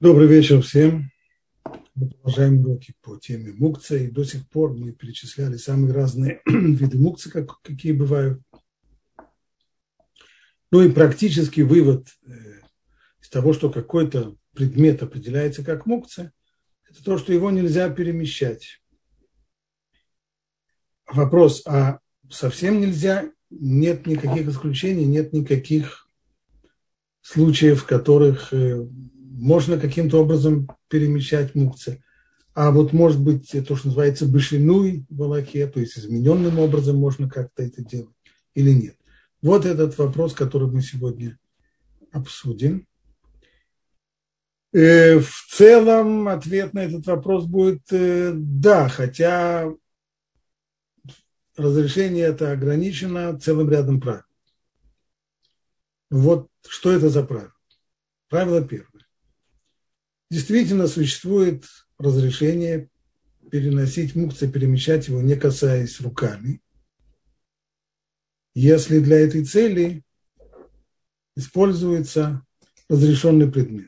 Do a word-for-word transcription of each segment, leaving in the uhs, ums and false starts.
Добрый вечер всем. Мы продолжаем уроки по теме мукция. И до сих пор мы перечисляли самые разные виды мукции, как, какие бывают. Ну и практический вывод э, из того, что какой-то предмет определяется как мукция, это то, что его нельзя перемещать. Вопрос, а совсем нельзя? Нет никаких исключений, нет никаких случаев, в которых э, можно каким-то образом перемещать мукция. А вот может быть то, что называется бешинуй в Алахе, то есть измененным образом можно как-то это делать или нет. Вот этот вопрос, который мы сегодня обсудим. Э, в целом ответ на этот вопрос будет э, да, хотя разрешение это ограничено целым рядом правил. Вот что это за правило? Правило первое. Действительно существует разрешение переносить мукция, перемещать его, не касаясь руками, если для этой цели используется разрешенный предмет.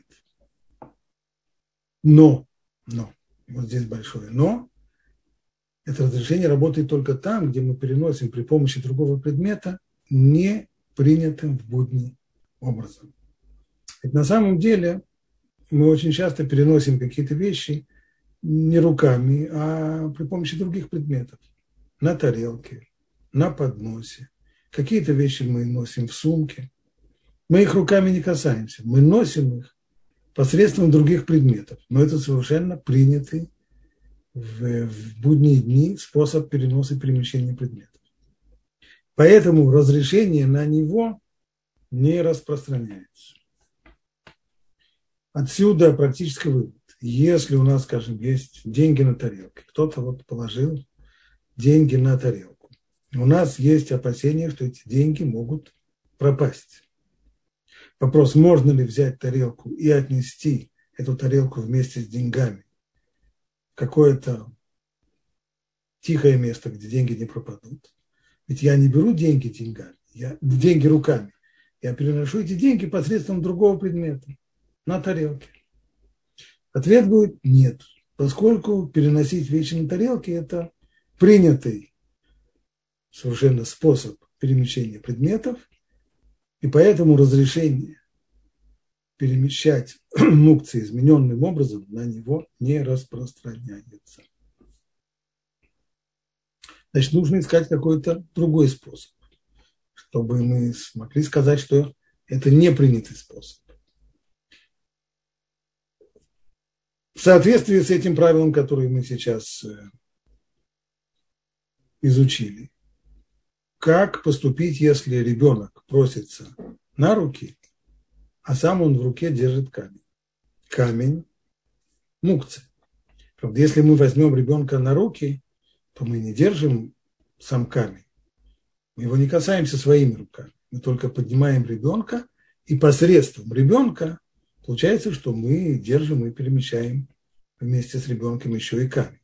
Но, но, вот здесь большое но, это разрешение работает только там, где мы переносим при помощи другого предмета не принятым в будни образом. Ведь на самом деле мы очень часто переносим какие-то вещи не руками, а при помощи других предметов. На тарелке, на подносе. Какие-то вещи мы носим в сумке. Мы их руками не касаемся. Мы носим их посредством других предметов. Но это совершенно принятый в, в будние дни способ переноса и перемещения предметов. Поэтому разрешение на него не распространяется. Отсюда практический вывод. Если у нас, скажем, есть деньги на тарелке, кто-то вот положил деньги на тарелку, у нас есть опасения, что эти деньги могут пропасть. Вопрос, можно ли взять тарелку и отнести эту тарелку вместе с деньгами в какое-то тихое место, где деньги не пропадут. Ведь я не беру деньги деньгами, я, деньги руками. Я переношу эти деньги посредством другого предмета на тарелке. Ответ будет нет, поскольку переносить вещи на тарелке – это принятый совершенно способ перемещения предметов, и поэтому разрешение перемещать мукции измененным образом на него не распространяется. Значит, нужно искать какой-то другой способ, чтобы мы смогли сказать, что это не принятый способ. В соответствии с этим правилом, которое мы сейчас изучили, как поступить, если ребенок просится на руки, а сам он в руке держит камень? Камень – мукция. Правда, если мы возьмем ребенка на руки, то мы не держим сам камень. Мы его не касаемся своими руками. Мы только поднимаем ребенка, и посредством ребенка получается, что мы держим и перемещаем вместе с ребенком еще и камень.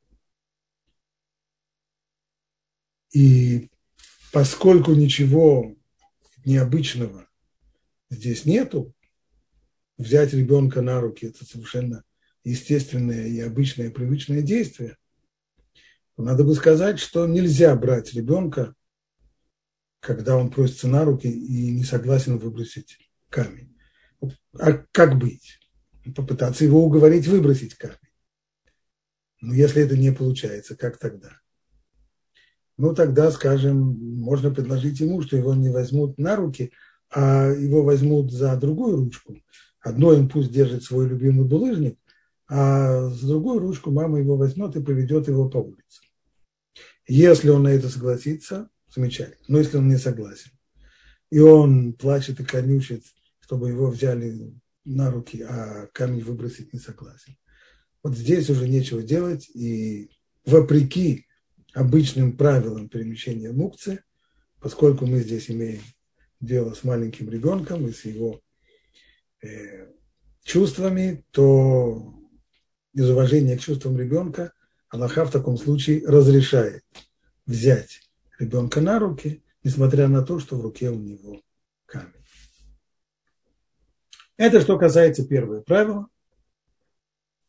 И поскольку ничего необычного здесь нету, взять ребенка на руки – это совершенно естественное и обычное привычное действие, то надо бы сказать, что нельзя брать ребенка, когда он просится на руки и не согласен выбросить камень. А как быть? Попытаться его уговорить выбросить камень. Но если это не получается, как тогда? Ну, тогда, скажем, можно предложить ему, что его не возьмут на руки, а его возьмут за другую ручку. Одной он пусть держит свой любимый булыжник, а с другой ручку мама его возьмет и поведет его по улице. Если он на это согласится, замечательно. Но если он не согласен, и он плачет и конючит, чтобы его взяли на руки, а камень выбросить не согласен, вот здесь уже нечего делать, и вопреки обычным правилам перемещения мукции, поскольку мы здесь имеем дело с маленьким ребенком и с его э, чувствами, то из уважения к чувствам ребенка Алаха в таком случае разрешает взять ребенка на руки, несмотря на то, что в руке у него камень. Это что касается первого правила.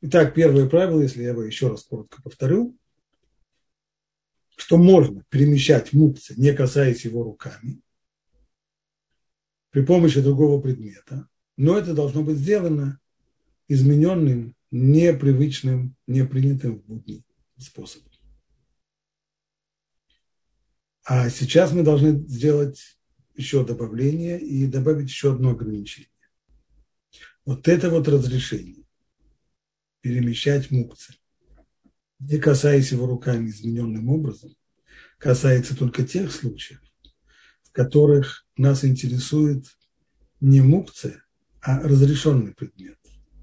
Итак, первое правило, если я его еще раз коротко повторю, что можно перемещать мукцы, не касаясь его руками, при помощи другого предмета, но это должно быть сделано измененным, непривычным, непринятым в будни способом. А сейчас мы должны сделать еще добавление и добавить еще одно ограничение. Вот это вот разрешение перемещать мукцы, не касаясь его руками измененным образом, касается только тех случаев, в которых нас интересует не мукция, а разрешенный предмет.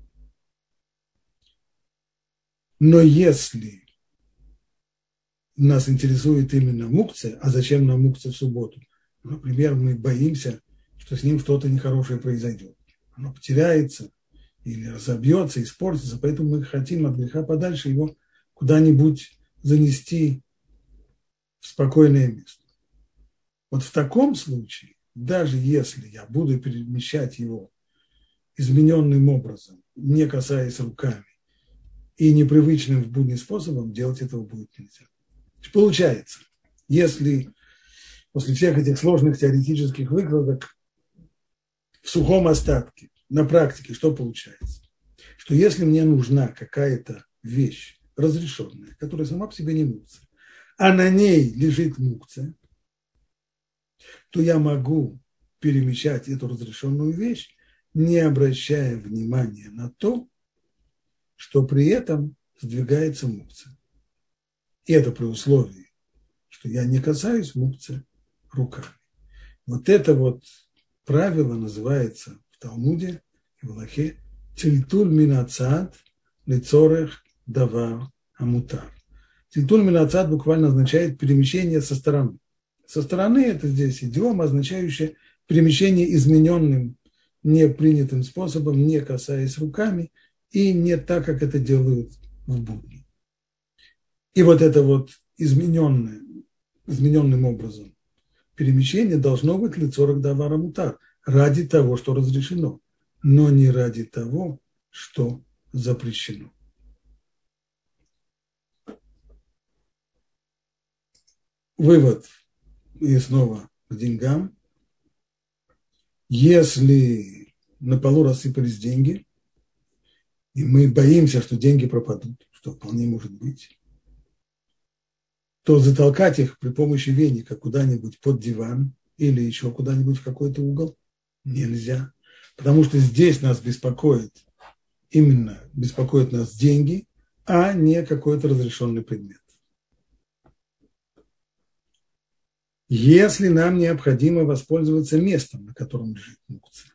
Но если нас интересует именно мукция, а зачем нам мукция в субботу? Например, мы боимся, что с ним что-то нехорошее произойдет. Оно потеряется или разобьется, испортится, поэтому мы хотим от греха подальше его куда-нибудь занести в спокойное место. Вот в таком случае, даже если я буду перемещать его измененным образом, не касаясь руками и непривычным в будни способом, делать этого будет нельзя. Получается, если после всех этих сложных теоретических выкладок в сухом остатке, на практике, что получается? Что если мне нужна какая-то вещь разрешенная, которая сама по себе не мукция, а на ней лежит мукция, то я могу перемещать эту разрешенную вещь, не обращая внимания на то, что при этом сдвигается мукция. И это при условии, что я не касаюсь мукции руками. Вот это вот правило называется в Талмуде и в Алахе тильтуль мин ацад лецорех давар амутар. Тильтуль мин ацад буквально означает перемещение со стороны. Со стороны это здесь идиома, означающая перемещение измененным, непринятым способом, не касаясь руками и не так, как это делают в будни. И вот это вот измененное, измененным образом перемещение должно быть лецорех давар амутар, ради того, что разрешено, но не ради того, что запрещено. Вывод, и снова к деньгам. Если на полу рассыпались деньги, и мы боимся, что деньги пропадут, что вполне может быть, то затолкать их при помощи веника куда-нибудь под диван или еще куда-нибудь в какой-то угол нельзя. Потому что здесь нас беспокоит, именно беспокоит нас деньги, а не какой-то разрешенный предмет. Если нам необходимо воспользоваться местом, на котором лежит мукция,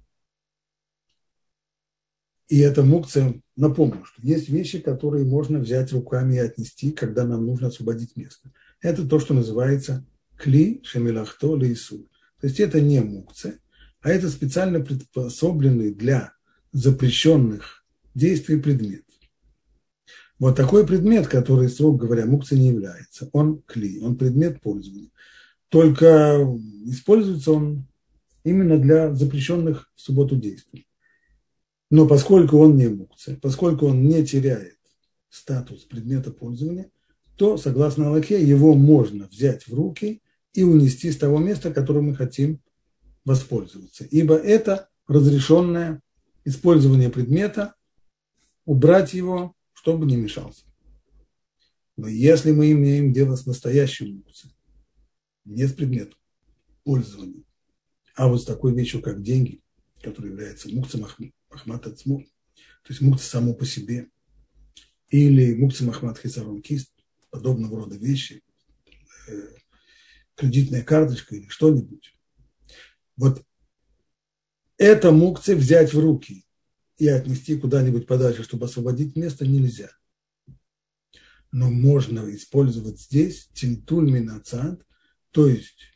и эта мукция, напомню, что есть вещи, которые можно взять руками и отнести, когда нам нужно освободить место. Это то, что называется кли шемилахто лейсу. То есть это не мукция, а это специально приспособленный для запрещенных действий предмет. Вот такой предмет, который, строго говоря, мукцией не является, он кли, он предмет пользования. Только используется он именно для запрещенных в субботу действий. Но поскольку он не мукция, поскольку он не теряет статус предмета пользования, то, согласно Алахе, его можно взять в руки и унести с того места, которым мы хотим воспользоваться. Ибо это разрешенное использование предмета, убрать его, чтобы не мешался. Но если мы имеем дело с настоящей мукцией, не с предметом пользования, а вот с такой вещью, как деньги, которая является мукцией махмат ацмо, то есть мукция само по себе, или мукция махмат хисарон кист, подобного рода вещи, э, кредитная карточка или что-нибудь. Вот эта мукция взять в руки и отнести куда-нибудь подальше, чтобы освободить место, нельзя. Но можно использовать здесь тильтуль мин ацад, то есть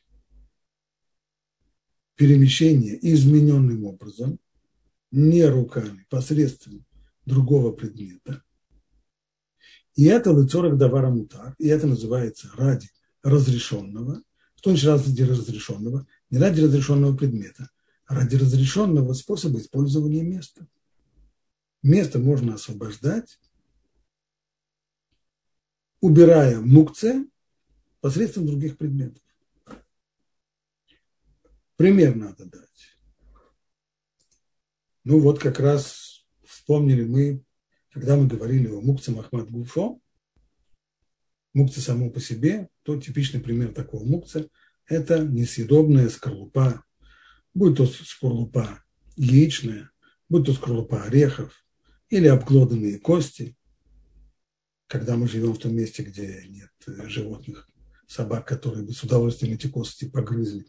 перемещение измененным образом, не руками, посредством другого предмета. И это лецорех давар амутар, и это называется ради разрешенного. Что значит ради разрешенного? Не ради разрешенного предмета, а ради разрешенного способа использования места. место можно освобождать, убирая мукце посредством других предметов. Пример надо дать. Ну вот как раз вспомнили мы, когда мы говорили о мукце Махмад Гуфо, мукце само по себе, то типичный пример такого мукце – это несъедобная скорлупа, будь то скорлупа яичная, будь то скорлупа орехов или обглоданные кости, когда мы живем в том месте, где нет животных, собак, которые бы с удовольствием эти кости погрызли.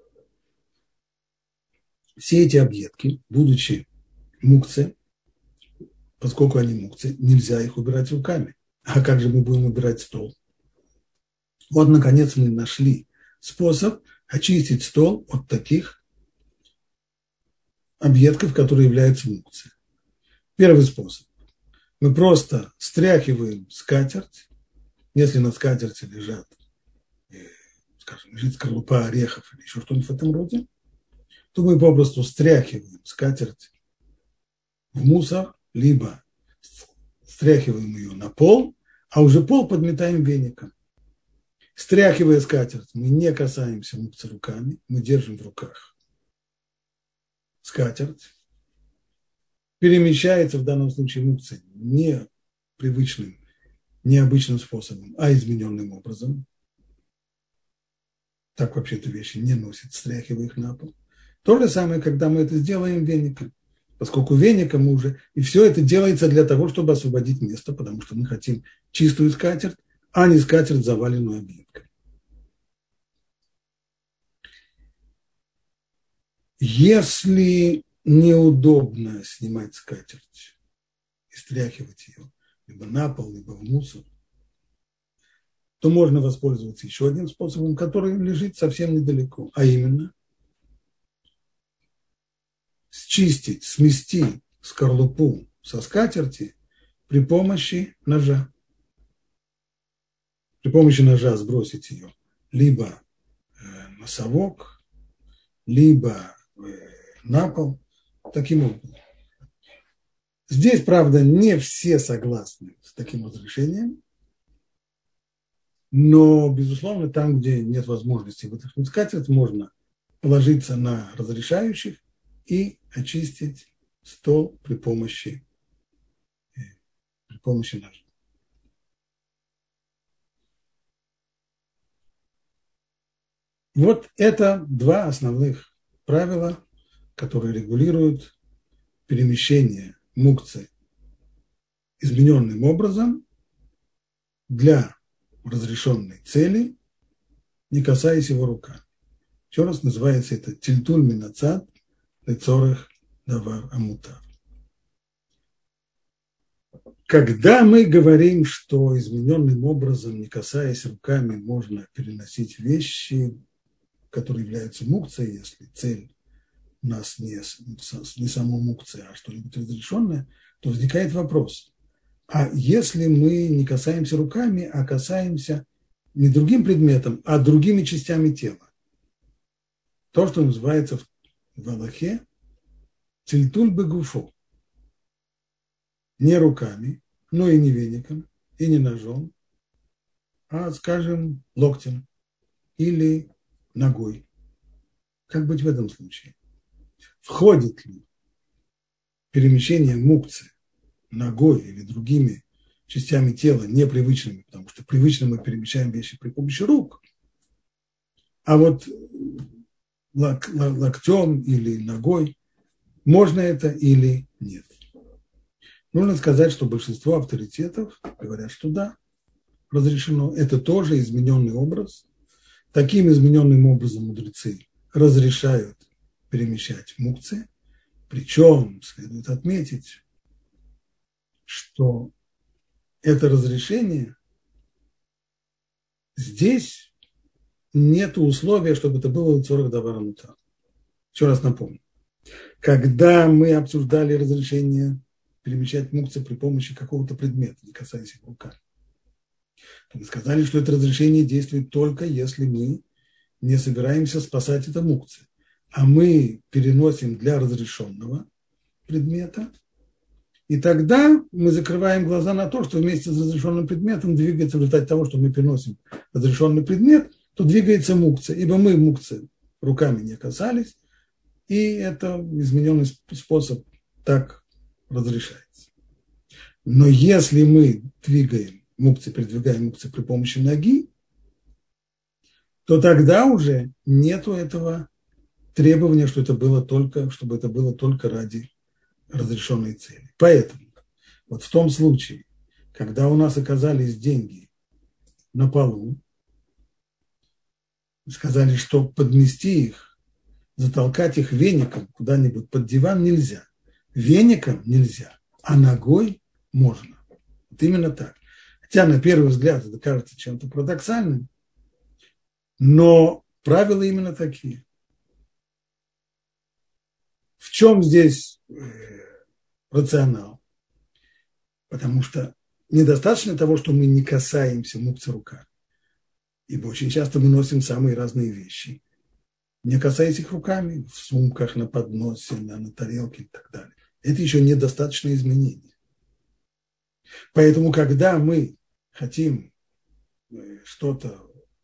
Все эти объедки, будучи мукце, поскольку они мукце, нельзя их убирать руками. А как же мы будем убирать стол? Вот, наконец, мы нашли способ очистить стол от таких объедков, которые являются мукце. Первый способ. Мы просто стряхиваем скатерть, если на скатерти лежат, скажем, лежит скорлупа орехов или еще что-нибудь в этом роде, то мы попросту стряхиваем скатерть в мусор, либо стряхиваем ее на пол, а уже пол подметаем веником. Стряхивая скатерть, мы не касаемся мукцы руками, мы держим в руках скатерть. Перемещается в данном случае мукцы не привычным, необычным способом, а измененным образом. Так вообще-то вещи не носят, стряхивая их на пол. То же самое, когда мы это сделаем веником. Поскольку веником мы уже... И все это делается для того, чтобы освободить место, потому что мы хотим чистую скатерть, а не скатерть, заваленную объедкой. Если неудобно снимать скатерть и стряхивать ее либо на пол, либо в мусор, то можно воспользоваться еще одним способом, который лежит совсем недалеко, а именно счистить, смести скорлупу со скатерти при помощи ножа. При помощи ножа сбросить ее либо на совок, либо на пол. Таким образом. Здесь, правда, не все согласны с таким разрешением, но, безусловно, там, где нет возможности вытряхнуть скатерть, можно положиться на разрешающих и очистить стол при помощи, при помощи ножа. Вот это два основных правила, которые регулируют перемещение мукцы измененным образом для разрешенной цели, не касаясь его руками. Еще раз называется это тильтуль минацад лецорых давар амутар. Когда мы говорим, что измененным образом, не касаясь руками, можно переносить вещи, которые являются мукцией, если цель у нас не, не само мукция, а что-нибудь разрешенное, то возникает вопрос. А если мы не касаемся руками, а касаемся не другим предметом, а другими частями тела? То, что называется в алахе тильтуль бегуфо. Не руками, но и не веником, и не ножом, а, скажем, локтем или ногой. Как быть в этом случае? Входит ли перемещение мукцы ногой или другими частями тела непривычными, потому что привычно мы перемещаем вещи при помощи рук, а вот лок, локтем или ногой можно это или нет? Нужно сказать, что большинство авторитетов говорят, что да, разрешено. Это тоже измененный образ. Таким измененным образом мудрецы разрешают перемещать мукцы. Причем следует отметить, что это разрешение здесь нет условия, чтобы это было лецорых давар амутар. Еще раз напомню. Когда мы обсуждали разрешение перемещать мукцы при помощи какого-то предмета, не касаясь его руками, мы сказали, что это разрешение действует только если мы не собираемся спасать это мукцы, а мы переносим для разрешенного предмета, И тогда мы закрываем глаза на то, что вместе с разрешенным предметом двигается в результате того, что мы переносим разрешенный предмет, то двигается мукция, ибо мы мукции руками не касались, и это измененный способ так разрешается. Но если мы двигаем мукции, передвигаем мукции при помощи ноги, то тогда уже нету этого требования, что это было только, чтобы это было только ради разрешенной цели. Поэтому вот в том случае, когда у нас оказались деньги на полу, сказали, что поднести их, затолкать их веником куда-нибудь под диван нельзя. Веником нельзя, а ногой можно. Вот именно так. Хотя на первый взгляд это кажется чем-то парадоксальным, но правила именно такие. В чем здесь рационал? Потому что недостаточно того, что мы не касаемся мукцы руками, ибо очень часто мы носим самые разные вещи, не касаясь их руками, в сумках, на подносе, на, на тарелке и так далее. Это еще недостаточное изменение. Поэтому, когда мы хотим что-то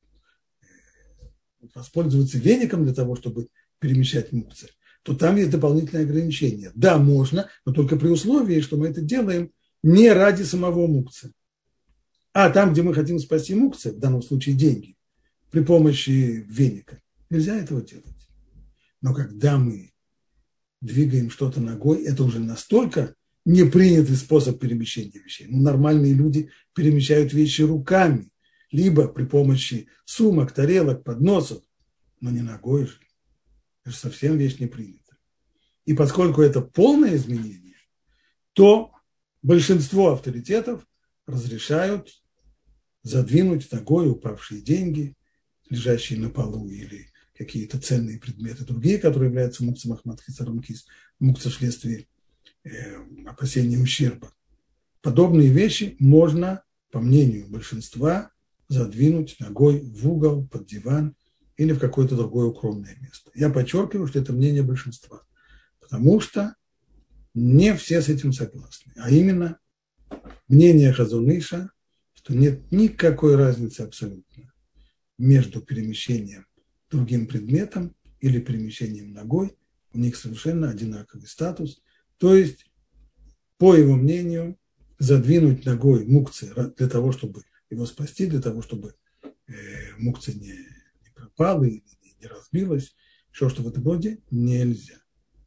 воспользоваться веником для того, чтобы перемещать мукцы, то там есть дополнительные ограничения. Да, можно, но только при условии, что мы это делаем не ради самого мукцы. А там, где мы хотим спасти мукцы, в данном случае деньги, при помощи веника, нельзя этого делать. Но когда мы двигаем что-то ногой, это уже настолько непринятый способ перемещения вещей. Ну, нормальные люди перемещают вещи руками, либо при помощи сумок, тарелок, подносов, но не ногой же. Это же совсем вещь не принята. И поскольку это полное изменение, то большинство авторитетов разрешают задвинуть ногой упавшие деньги, лежащие на полу, или какие-то ценные предметы другие, которые являются мукцем Ахмад Хисарумкис, мукца вследствие э, опасения ущерба. Подобные вещи можно, по мнению большинства, задвинуть ногой в угол, под диван или в какое-то другое укромное место. Я подчеркиваю, что это мнение большинства, потому что не все с этим согласны. А именно мнение Хазон Иша, что нет никакой разницы абсолютно между перемещением другим предметом или перемещением ногой. У них совершенно одинаковый статус. То есть, по его мнению, задвинуть ногой мукцы для того, чтобы его спасти, для того, чтобы э, мукцы не, не пропала и не, не разбилась, еще что в этом роде, нельзя.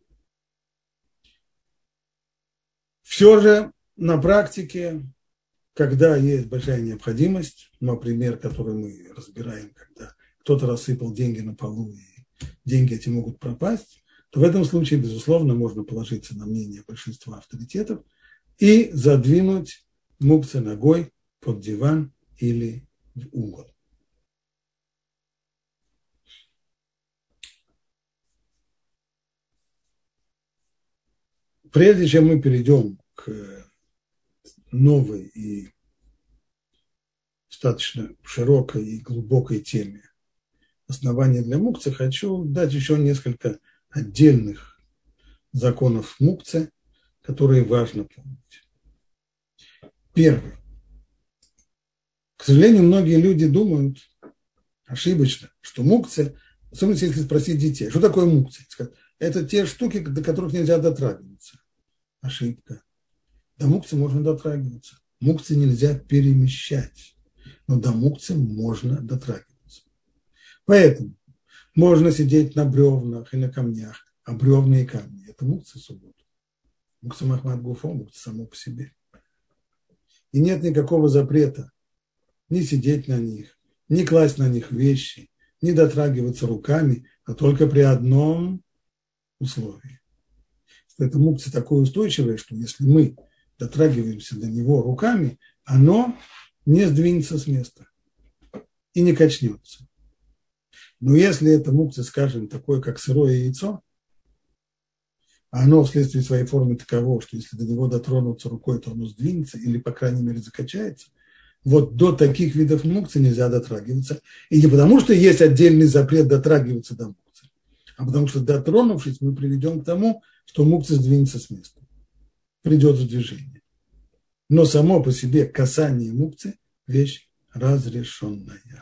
Все же на практике, когда есть большая необходимость, например, который мы разбираем, когда кто-то рассыпал деньги на полу и деньги эти могут пропасть, то в этом случае, безусловно, можно положиться на мнение большинства авторитетов и задвинуть мукцы ногой под диван или в угол. Прежде чем мы перейдем к новой и достаточно широкой и глубокой теме основания для мукцы, хочу дать еще несколько отдельных законов мукцы, которые важно помнить. Первый. К сожалению, многие люди думают ошибочно, что мукцы, особенно если спросить детей, что такое мукцы? Это те штуки, до которых нельзя дотрагиваться. Ошибка. До мукцы можно дотрагиваться. Мукцы нельзя перемещать, но до мукцы можно дотрагиваться. Поэтому можно сидеть на бревнах и на камнях, а бревна и камни – это мукцы субботы. Мукцы Махмад Гуфо, мукцы само по себе. И нет никакого запрета не сидеть на них, не класть на них вещи, не дотрагиваться руками, а только при одном условии. Что это мукцы такое устойчивое, что если мы дотрагиваемся до него руками, оно не сдвинется с места и не качнется. Но если это мукцы, скажем, такое, как сырое яйцо, а оно вследствие своей формы таково, что если до него дотронуться рукой, то оно сдвинется или, по крайней мере, закачается, вот до таких видов мукцы нельзя дотрагиваться. И не потому, что есть отдельный запрет дотрагиваться до мукцы, а потому что, дотронувшись, мы приведем к тому, что мукцы сдвинется с места. придет в движение. Но само по себе касание мукцы – вещь разрешенная.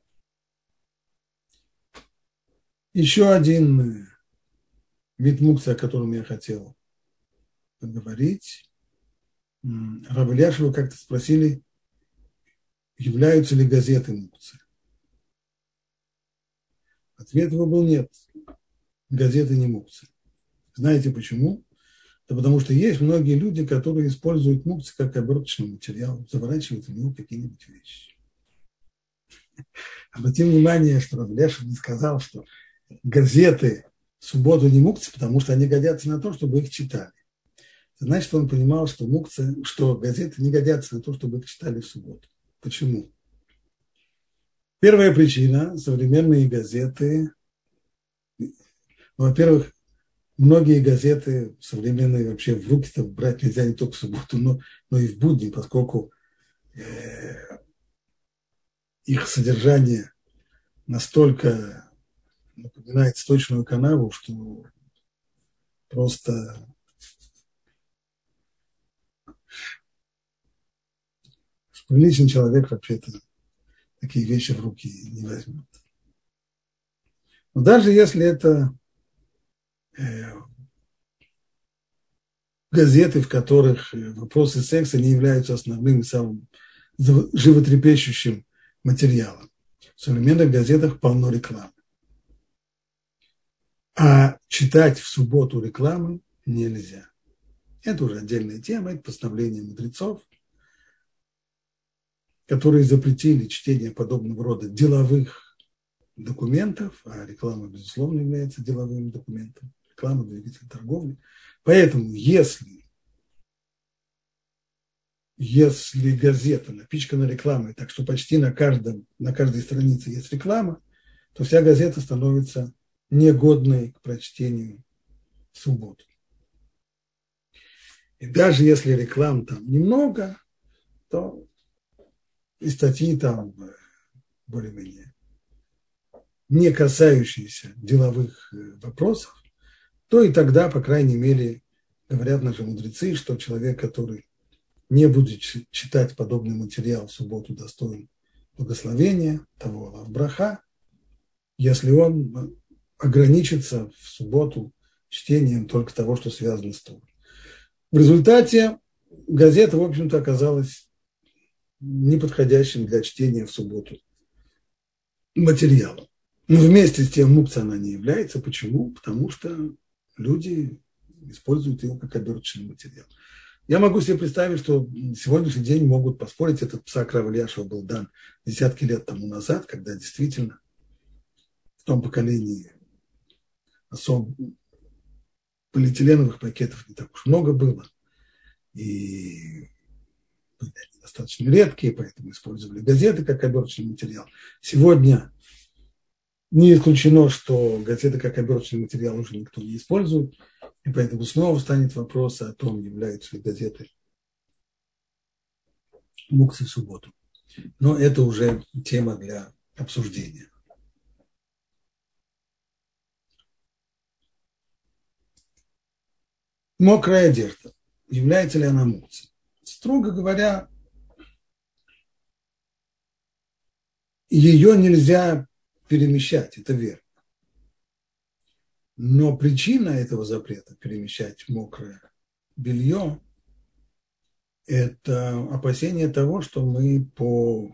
Еще один вид мукцы, о котором я хотел поговорить. Рав Ильяшева как-то спросили, являются ли газеты мукцы. Ответ его был нет. Газеты не мукцы. Знаете почему? Да потому что есть многие люди, которые используют мукцы как оберточный материал, заворачивают в него какие-нибудь вещи. Обратим внимание, что Рав Ильяшев не сказал, что газеты в субботу не мукцы, потому что они годятся на то, чтобы их читали. Значит, он понимал, что мукцы, что газеты не годятся на то, чтобы их читали в субботу. Почему? Первая причина – современные газеты. Ну, во-первых, многие газеты современные вообще в руки-то брать нельзя не только в субботу, но, но и в будни, поскольку э, их содержание настолько напоминает сточную канаву, что просто приличный человек вообще-то такие вещи в руки не возьмет. Но даже если это э, газеты, в которых вопросы секса не являются основным и самым животрепещущим материалом, в современных газетах полно рекламы. А читать в субботу рекламы нельзя. Это уже отдельная тема, это постановление мудрецов, которые запретили чтение подобного рода деловых документов, а реклама, безусловно, является деловым документом. Реклама – двигатель торговли. Поэтому, если, если газета напичкана рекламой, так что почти на, каждом, на каждой странице есть реклама, то вся газета становится негодной к прочтению в субботу. И даже если реклам там немного, то и статьи там более-менее не касающиеся деловых вопросов, то и тогда, по крайней мере, говорят наши мудрецы, что человек, который не будет читать подобный материал в субботу, достоин благословения, того алав браха, если он ограничится в субботу чтением только того, что связано с Торой. В результате газета, в общем-то, оказалась неподходящим для чтения в субботу материалом. Но вместе с тем мукца она не является. Почему? Потому что люди используют его как оберточный материал. Я могу себе представить, что сегодняшний день могут поспорить, этот псак Рава Ильяшева был дан десятки лет тому назад, когда действительно в том поколении особо полиэтиленовых пакетов не так уж много было. И были они достаточно редкие, поэтому использовали газеты как оберточный материал. Сегодня не исключено, что газеты как оберточный материал уже никто не использует, и поэтому снова станет вопрос о том, являются ли газеты мукцы в субботу. Но это уже тема для обсуждения. Мокрая одежда. Является ли она мукцей? Строго говоря, ее нельзя перемещать, это верно. Но причина этого запрета перемещать мокрое белье – это опасение того, что мы, по...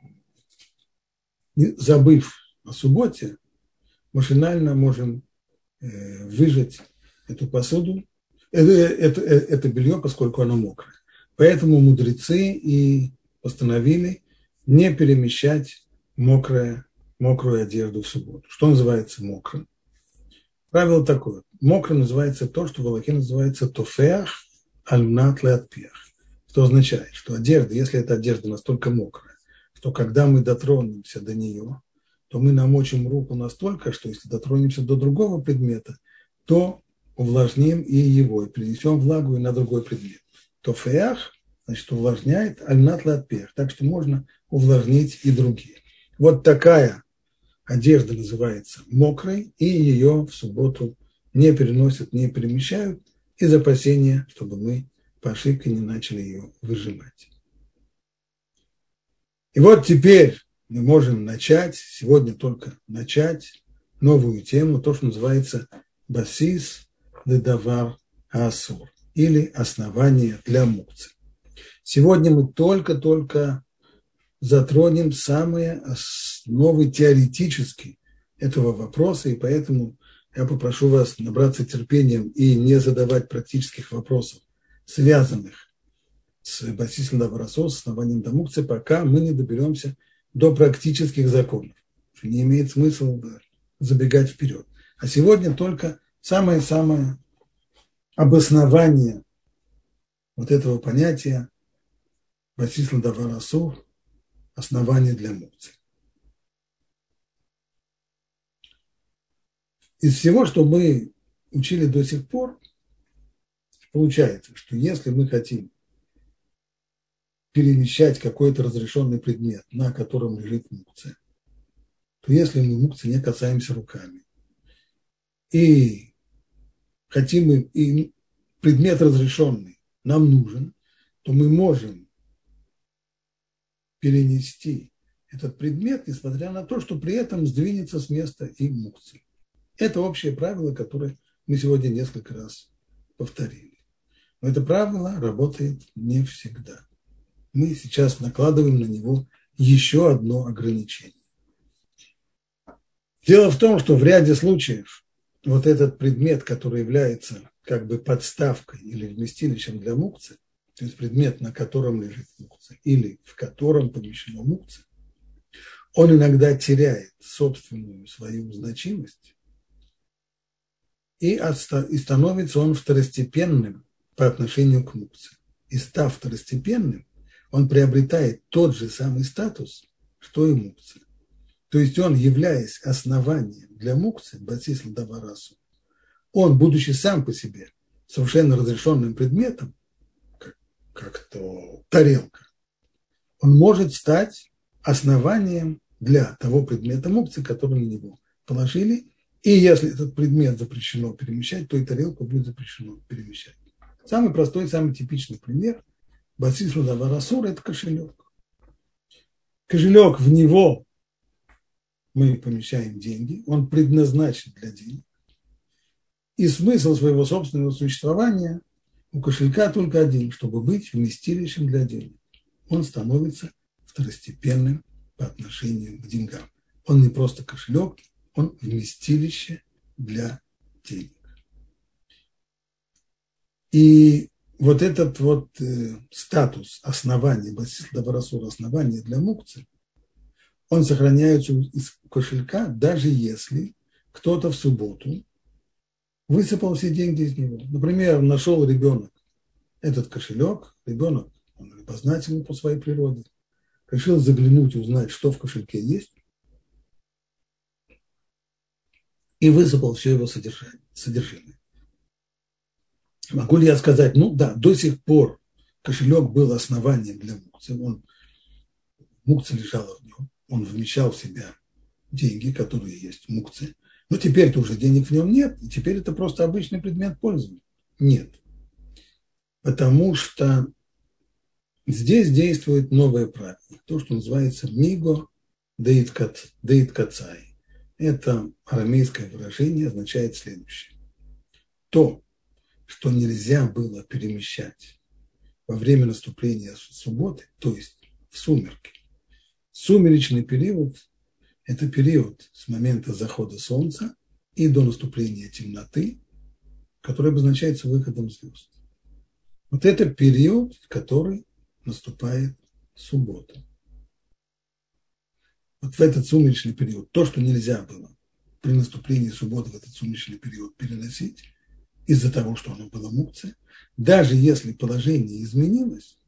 забыв о субботе, машинально можем выжать эту посуду, это, это, это белье, поскольку оно мокрое. Поэтому мудрецы и постановили не перемещать мокрое, мокрую одежду в субботу. Что называется мокрым? Правило такое. Мокрым называется то, что в Алахе называется тофеах аль-нат леатпиах. Что означает, что одежда, если эта одежда настолько мокрая, что когда мы дотронемся до нее, то мы намочим руку настолько, что если дотронемся до другого предмета, то увлажним и его, и принесем влагу и на другой предмет. Тофеах, значит, увлажняет аль-нат леатпиах. Так что можно увлажнить и другие. Вот такая одежда называется мокрой, и ее в субботу не переносят, не перемещают из опасения, чтобы мы по ошибке не начали ее выжимать. И вот теперь мы можем начать, сегодня только начать новую тему, то, что называется басис ледавар асур, или основание для мукцы. Сегодня мы только-только затронем самые основы теоретические этого вопроса, и поэтому я попрошу вас набраться терпением и не задавать практических вопросов, связанных с басис ледавар асур, с основанием для мукцы, пока мы не доберемся до практических законов. Не имеет смысла забегать вперед. А сегодня только самое-самое обоснование вот этого понятия басис ледавар асур, основание для мукцы. Из всего, что мы учили до сих пор, получается, что если мы хотим перемещать какой-то разрешенный предмет, на котором лежит мукция, то если мы мукции не касаемся руками, и хотим, и предмет разрешенный нам нужен, то мы можем перенести этот предмет, несмотря на то, что при этом сдвинется с места и мукция. Это общее правило, которое мы сегодня несколько раз повторили. Но это правило работает не всегда. Мы сейчас накладываем на него еще одно ограничение. Дело в том, что в ряде случаев вот этот предмет, который является как бы подставкой или вместилищем для мукцы, то есть предмет, на котором лежит мукция или в котором помещена мукция, он иногда теряет собственную свою значимость, и, и становится он второстепенным по отношению к мукции. И став второстепенным, он приобретает тот же самый статус, что и мукция. То есть он, являясь основанием для мукции, басис ледавар асур, он, будучи сам по себе совершенно разрешенным предметом, как, как то тарелка, он может стать основанием для того предмета мукции, который на него положили. И если этот предмет запрещено перемещать, то и тарелку будет запрещено перемещать. Самый простой, самый типичный пример басис ледавар асур – это кошелек. Кошелек, в него мы помещаем деньги, он предназначен для денег. И смысл своего собственного существования у кошелька только один, чтобы быть вместилищем для денег. Он становится второстепенным по отношению к деньгам. Он не просто кошелек, он вместилище для денег. И вот этот вот э, статус основания, басис ледавар асур, основания для мукцы, он сохраняется из кошелька, даже если кто-то в субботу высыпал все деньги из него. Например, нашел ребенок этот кошелек, ребенок, он любознательный по своей природе, решил заглянуть и узнать, что в кошельке есть, и высыпал все его содержимое. Могу ли я сказать, ну да, до сих пор кошелек был основанием для мукцы, он, мукция лежала в нем, он вмещал в себя деньги, которые есть в мукце, но теперь-то уже денег в нем нет, и теперь это просто обычный предмет пользования. Нет. Потому что здесь действует новое правило, то, что называется миго деит кацай. Это арамейское выражение означает следующее. То, что нельзя было перемещать во время наступления субботы, то есть в сумерки. Сумеречный период – это период с момента захода солнца и до наступления темноты, который обозначается выходом звезд. Вот это период, в который наступает суббота. Вот в этот сумеречный период, то, что нельзя было при наступлении субботы в этот сумеречный период переносить, из-за того, что оно было мукцией, даже если положение изменилось,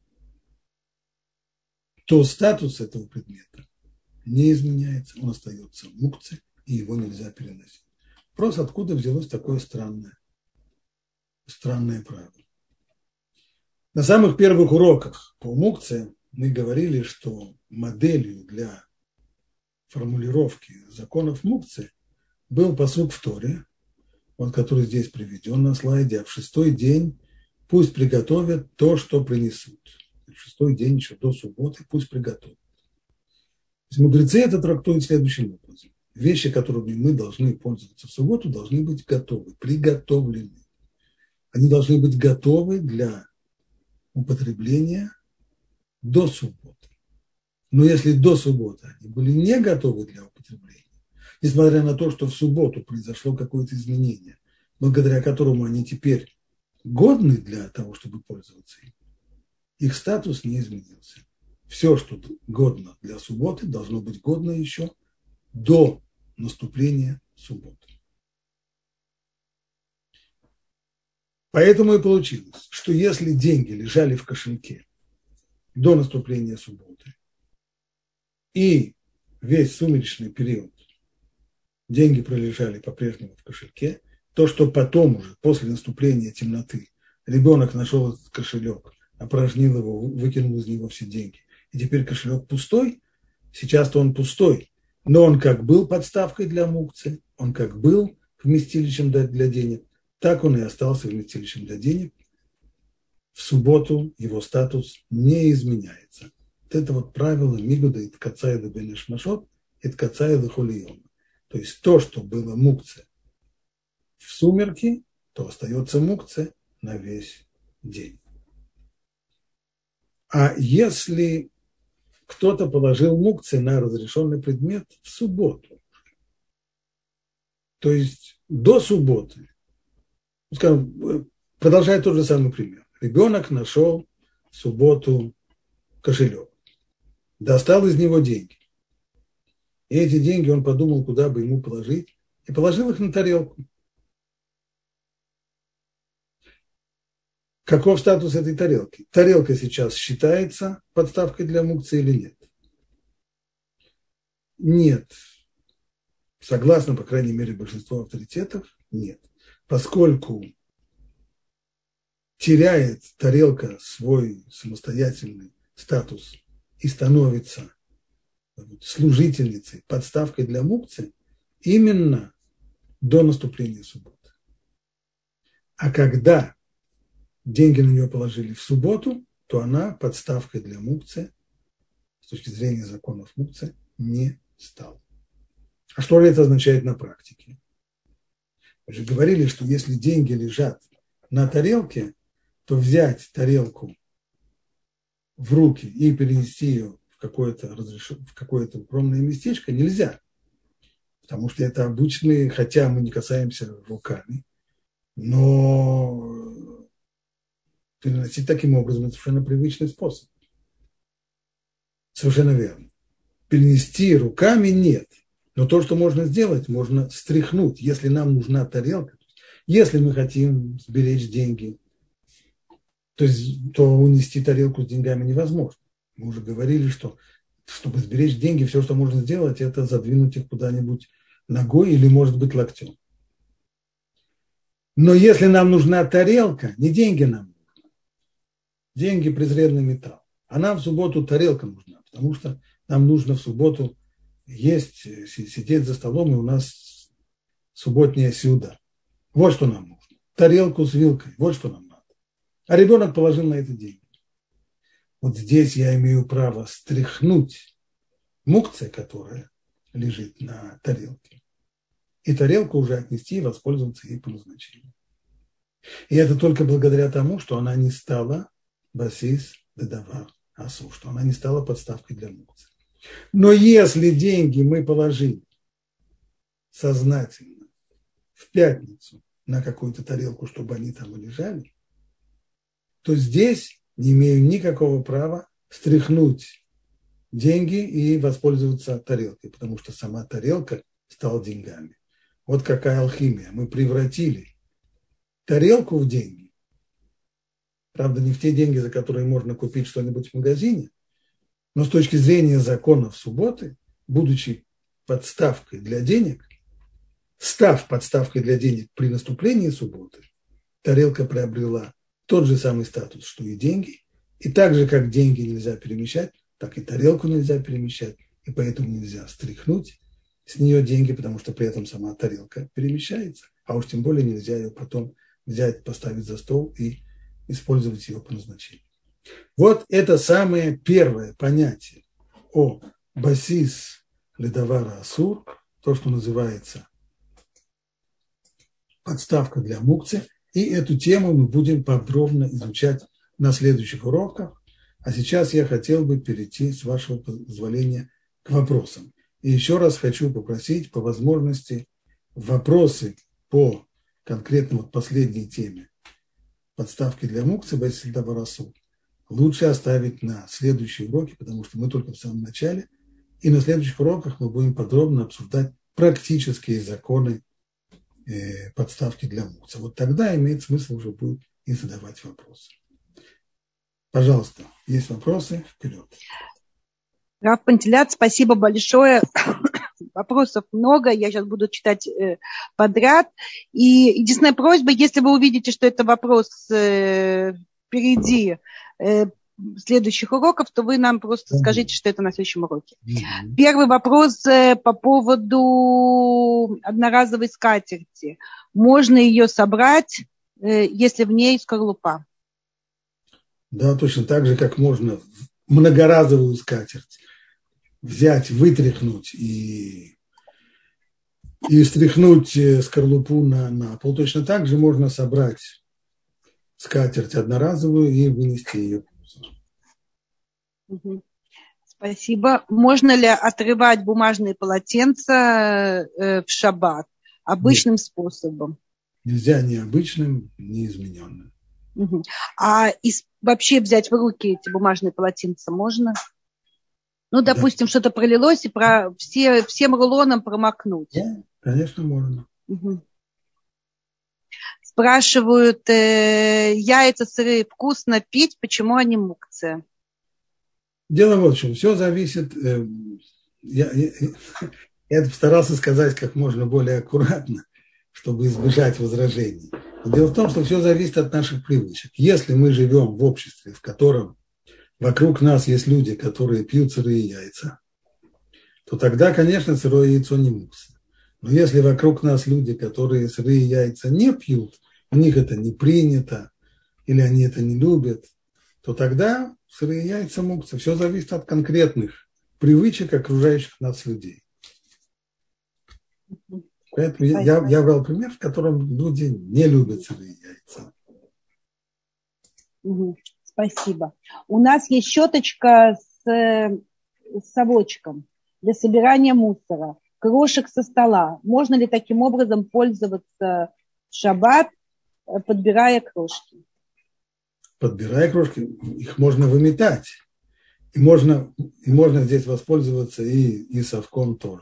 то статус этого предмета не изменяется, он остается мукцией, и его нельзя переносить. Вопрос, откуда взялось такое странное, странное правило. На самых первых уроках по мукции мы говорили, что моделью для формулировки законов мукции был пасук в Торе, вот, который здесь приведен на слайде, а в шестой день пусть приготовят то, что принесут. В шестой день, еще до субботы, пусть приготовят. То есть мудрецы это трактуют следующим образом. Вещи, которыми мы должны пользоваться в субботу, должны быть готовы, приготовлены. Они должны быть готовы для употребления до субботы. Но если до субботы они были не готовы для употребления, несмотря на то, что в субботу произошло какое-то изменение, благодаря которому они теперь годны для того, чтобы пользоваться им, их статус не изменился. Все, что годно для субботы, должно быть годно еще до наступления субботы. Поэтому и получилось, что если деньги лежали в кошельке до наступления субботы и весь сумеречный период деньги пролежали по-прежнему в кошельке, то, что потом уже, после наступления темноты, ребенок нашел этот кошелек, опорожнил его, выкинул из него все деньги, и теперь кошелек пустой, сейчас-то он пустой, но он как был подставкой для мукцы, он как был вместилищем для денег, так он и остался вместилищем для денег. В субботу его статус не изменяется. Вот это вот правило мигуда и ткацая да бенешмашот, и ткацая да холиона. То есть то, что было мукце в сумерки, то остается мукце на весь день. А если кто-то положил мукце на разрешенный предмет в субботу, то есть до субботы, скажем, продолжая тот же самый пример. Ребенок нашел в субботу кошелек, достал из него деньги. И эти деньги он подумал, куда бы ему положить, и положил их на тарелку. Каков статус этой тарелки? Тарелка сейчас считается подставкой для мукцы или нет? Нет. Согласно, по крайней мере, большинству авторитетов, нет. Поскольку теряет тарелка свой самостоятельный статус и становится служительницей, подставкой для мукцы именно до наступления субботы. А когда деньги на нее положили в субботу, то она подставкой для мукцы, с точки зрения законов мукцы, не стала. А что это означает на практике? Мы же говорили, что если деньги лежат на тарелке, то взять тарелку в руки и перенести ее в какое-то, в какое-то укромное местечко нельзя. Потому что это обычные, хотя мы не касаемся руками, но переносить таким образом – это совершенно привычный способ. Совершенно верно. Перенести руками – нет. Но то, что можно сделать, можно стряхнуть. Если нам нужна тарелка, если мы хотим сберечь деньги, то, есть, то унести тарелку с деньгами невозможно. Мы уже говорили, что чтобы сберечь деньги, все, что можно сделать, это задвинуть их куда-нибудь ногой или, может быть, локтем. Но если нам нужна тарелка, не деньги нам нужны, деньги – презренный металл, а нам в субботу тарелка нужна, потому что нам нужно в субботу есть, сидеть за столом, и у нас субботняя сюда. Вот что нам нужно. Тарелку с вилкой, вот что нам надо. А ребенок положил на это деньги. Вот здесь я имею право стряхнуть мукце, которая лежит на тарелке, и тарелку уже отнести и воспользоваться ей по назначению. И это только благодаря тому, что она не стала басис дедавар асу, что она не стала подставкой для мукцы. Но если деньги мы положили сознательно в пятницу на какую-то тарелку, чтобы они там и лежали, то здесь не имею никакого права стряхнуть деньги и воспользоваться тарелкой, потому что сама тарелка стала деньгами. Вот какая алхимия. Мы превратили тарелку в деньги. Правда, не в те деньги, за которые можно купить что-нибудь в магазине, но с точки зрения законов субботы, будучи подставкой для денег, став подставкой для денег при наступлении субботы, тарелка приобрела тот же самый статус, что и деньги. И так же, как деньги нельзя перемещать, так и тарелку нельзя перемещать. И поэтому нельзя стряхнуть с нее деньги, потому что при этом сама тарелка перемещается. А уж тем более нельзя ее потом взять, поставить за стол и использовать ее по назначению. Вот это самое первое понятие о басис ледавара асур, то, что называется подставка для мукцы. И эту тему мы будем подробно изучать на следующих уроках. А сейчас я хотел бы перейти, с вашего позволения, к вопросам. И еще раз хочу попросить, по возможности, вопросы по конкретно вот последней теме подставки для мукцы басис ледавар асур лучше оставить на следующие уроки, потому что мы только в самом начале. И на следующих уроках мы будем подробно обсуждать практические законы э, подставки для мукцы. Вот тогда имеет смысл уже будет и задавать вопросы. Пожалуйста, есть вопросы? Вперед. Рав Пантелят, спасибо большое. Вопросов много, я сейчас буду читать э, подряд. И единственная просьба, если вы увидите, что это вопрос э, впереди э, следующих уроков, то вы нам просто mm-hmm. скажите, что это на следующем уроке. Mm-hmm. Первый вопрос э, по поводу одноразовой скатерти. Можно ее собрать, э, если в ней скорлупа? Да, точно так же, как можно многоразовую скатерть взять, вытряхнуть и, и стряхнуть скорлупу на, на пол. Точно так же можно собрать скатерть одноразовую и вынести ее. Спасибо. Можно ли отрывать бумажные полотенца в шаббат обычным Нет. способом? Нельзя ни обычным, ни измененным. Угу. А из, вообще взять в руки эти бумажные полотенца можно? Ну, допустим, да. что-то пролилось, и про все, всем рулоном промокнуть. Да, конечно, можно. Угу. Спрашивают, э, яйца сырые вкусно пить, почему они мукция? Дело вот в чем. Все зависит... Э, я, я, я постарался сказать как можно более аккуратно, чтобы избежать возражений. Но дело в том, что все зависит от наших привычек. Если мы живем в обществе, в котором вокруг нас есть люди, которые пьют сырые яйца, то тогда, конечно, сырое яйцо не мукция. Но если вокруг нас люди, которые сырые яйца не пьют, у них это не принято, или они это не любят, то тогда сырые яйца мукция. Все зависит от конкретных привычек окружающих нас людей. Поэтому я, я, я брал пример, в котором люди не любят сырые яйца. Спасибо. У нас есть щеточка с, с совочком для собирания мусора, крошек со стола. Можно ли таким образом пользоваться в шаббат, подбирая крошки? Подбирая крошки, их можно выметать. И можно, и можно здесь воспользоваться и, и совком тоже.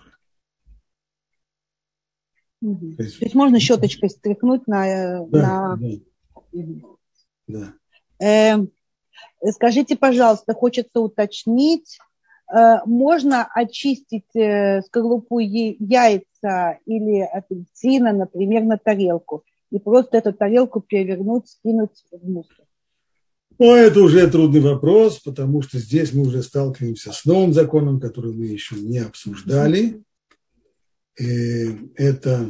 Угу. То, есть, То есть можно щеточкой стряхнуть на... Да, на... да. Угу. Да. Э, скажите, пожалуйста, хочется уточнить, э, можно очистить э, скорлупу яйца или апельсина, например, на тарелку, и просто эту тарелку перевернуть, скинуть в мусор? Ну, это уже трудный вопрос, потому что здесь мы уже сталкиваемся с новым законом, который мы еще не обсуждали. И это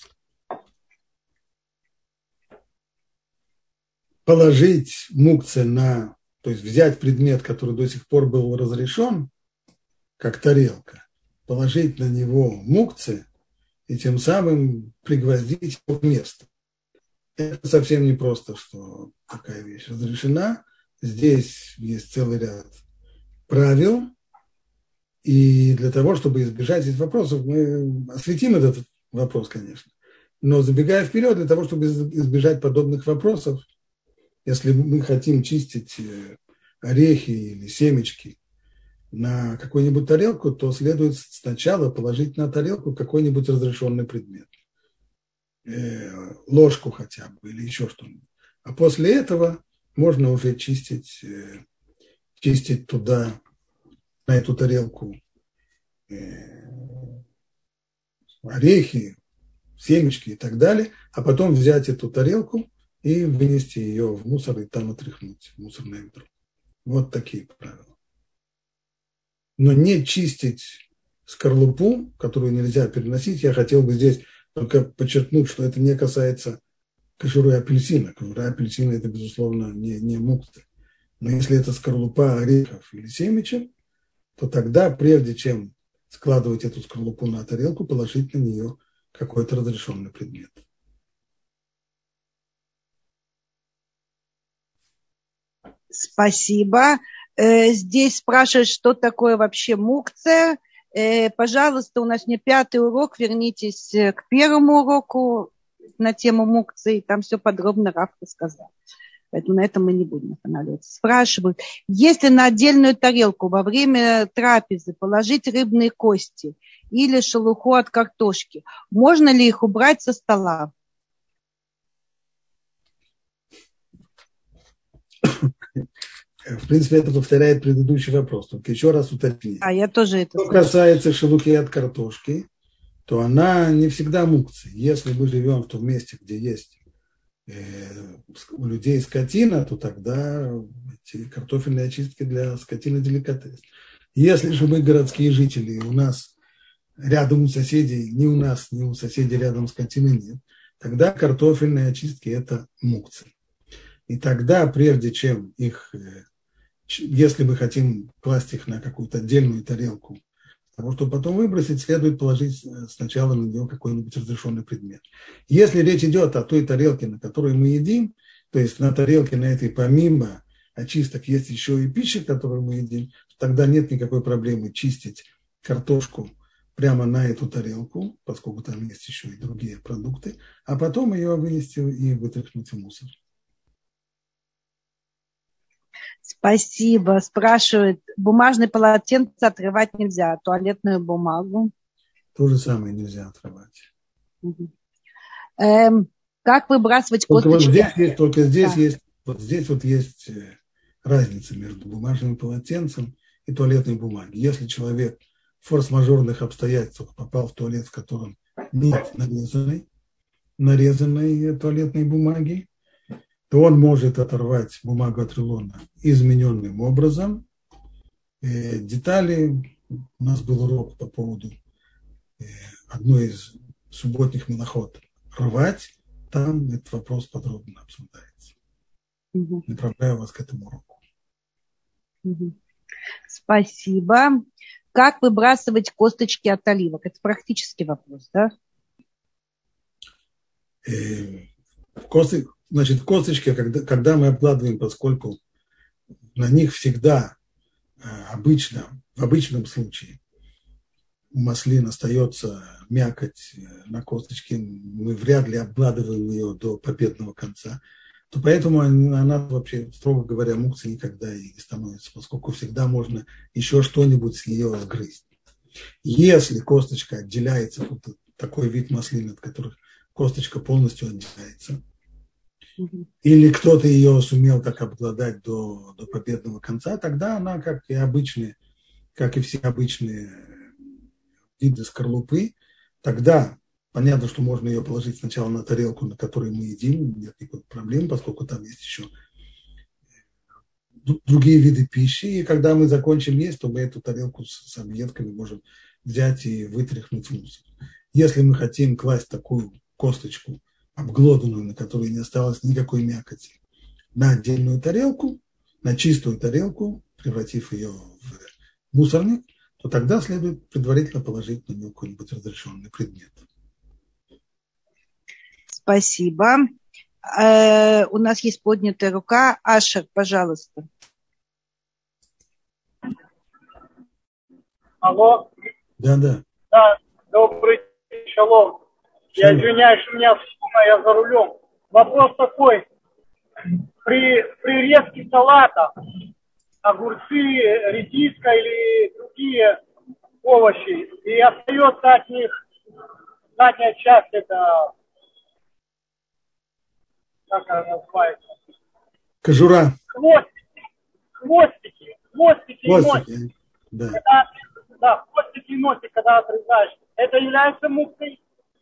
положить мукце на, то есть взять предмет, который до сих пор был разрешен, как тарелка, положить на него мукце и тем самым пригвоздить его к месту. Это совсем не просто, что такая вещь разрешена. Здесь есть целый ряд правил. И для того, чтобы избежать этих вопросов, мы осветим этот вопрос, конечно. Но забегая вперед, для того, чтобы избежать подобных вопросов, если мы хотим чистить орехи или семечки на какую-нибудь тарелку, то следует сначала положить на тарелку какой-нибудь разрешенный предмет. Ложку хотя бы или еще что-нибудь. А после этого можно уже чистить, чистить туда, на эту тарелку, орехи, семечки и так далее, а потом взять эту тарелку и вынести ее в мусор и там отряхнуть в мусорное ведро. Вот такие правила. Но не чистить скорлупу, которую нельзя переносить, я хотел бы здесь только подчеркнуть, что это не касается кожурой апельсина. Кожура апельсина – это, безусловно, не, не мукция. Но если это скорлупа орехов или семечек, то тогда, прежде чем складывать эту скорлупу на тарелку, положить на нее какой-то разрешенный предмет. Спасибо. Здесь спрашивают, что такое вообще мукция. Пожалуйста, у нас не пятый урок, вернитесь к первому уроку на тему мукции, там все подробно Рав рассказал. Поэтому на этом мы не будем останавливаться. Спрашивают, если на отдельную тарелку во время трапезы положить рыбные кости или шелуху от картошки, можно ли их убрать со стола? В принципе, это повторяет предыдущий вопрос, только еще раз уточню. А я тоже это. Что касается шелухи от картошки, то она не всегда мукция. Если мы живем в том месте, где есть э, у людей скотина, то тогда эти картофельные очистки для скотины деликатес. Если же мы городские жители, у нас рядом у соседей, ни у нас, ни у соседей рядом скотины нет, тогда картофельные очистки – это мукция. И тогда, прежде чем их, если мы хотим класть их на какую-то отдельную тарелку, того, чтобы потом выбросить, следует положить сначала на нее какой-нибудь разрешенный предмет. Если речь идет о той тарелке, на которой мы едим, то есть на тарелке на этой помимо очисток есть еще и пища, которую мы едим, тогда нет никакой проблемы чистить картошку прямо на эту тарелку, поскольку там есть еще и другие продукты, а потом ее вынести и вытряхнуть в мусор. Спасибо. Спрашивают, бумажное полотенце отрывать нельзя, а туалетную бумагу? То же самое нельзя отрывать. Угу. Эм, как выбрасывать только косточки? Вот здесь есть, только здесь да. есть, вот здесь вот есть разница между бумажным полотенцем и туалетной бумагой. Если человек в форс-мажорных обстоятельствах попал в туалет, в котором нет нарезанной, нарезанной туалетной бумаги, то он может оторвать бумагу от рулона измененным образом. Э, детали, у нас был урок по поводу э, одной из субботних мелахот рвать, там этот вопрос подробно обсуждается. Угу. Направляю вас к этому уроку. Угу. Спасибо. Как выбрасывать косточки от оливок? Это практический вопрос, да? Э, косты, значит, косточки, когда, когда мы обкладываем, поскольку на них всегда обычно, в обычном случае у маслин остается мякоть на косточке, мы вряд ли обкладываем ее до победного конца, то поэтому она вообще, строго говоря, мукцией никогда и не становится, поскольку всегда можно еще что-нибудь с нее сгрызть. Если косточка отделяется, вот такой вид маслин, от которых косточка полностью отделяется, или кто-то ее сумел так обглодать до, до победного конца, тогда она, как и обычные, как и все обычные виды скорлупы, тогда понятно, что можно ее положить сначала на тарелку, на которой мы едим, нет никакой проблемы, поскольку там есть еще другие виды пищи, и когда мы закончим есть, то мы эту тарелку с, с объедками можем взять и вытряхнуть в мусор. Если мы хотим класть такую косточку, обглоданную, на которой не осталось никакой мякоти, на отдельную тарелку, на чистую тарелку, превратив ее в мусорник, то тогда следует предварительно положить на нее какой-нибудь разрешенный предмет. Спасибо. Э, у нас есть поднятая рука. Ашер, пожалуйста. Алло. Да, да. Да, добрый день, шалом. Я извиняюсь, у меня сумма, я за рулем. Вопрос такой. При, при резке салата огурцы, редиска или другие овощи, и остается от них задняя часть, это, как она называется? Кожура. Хвостики. Хвостики. Хвостики, Хвостики. и носик. Да. Когда, да, хвостики и носик, когда отрезаешь. Это является мукцией?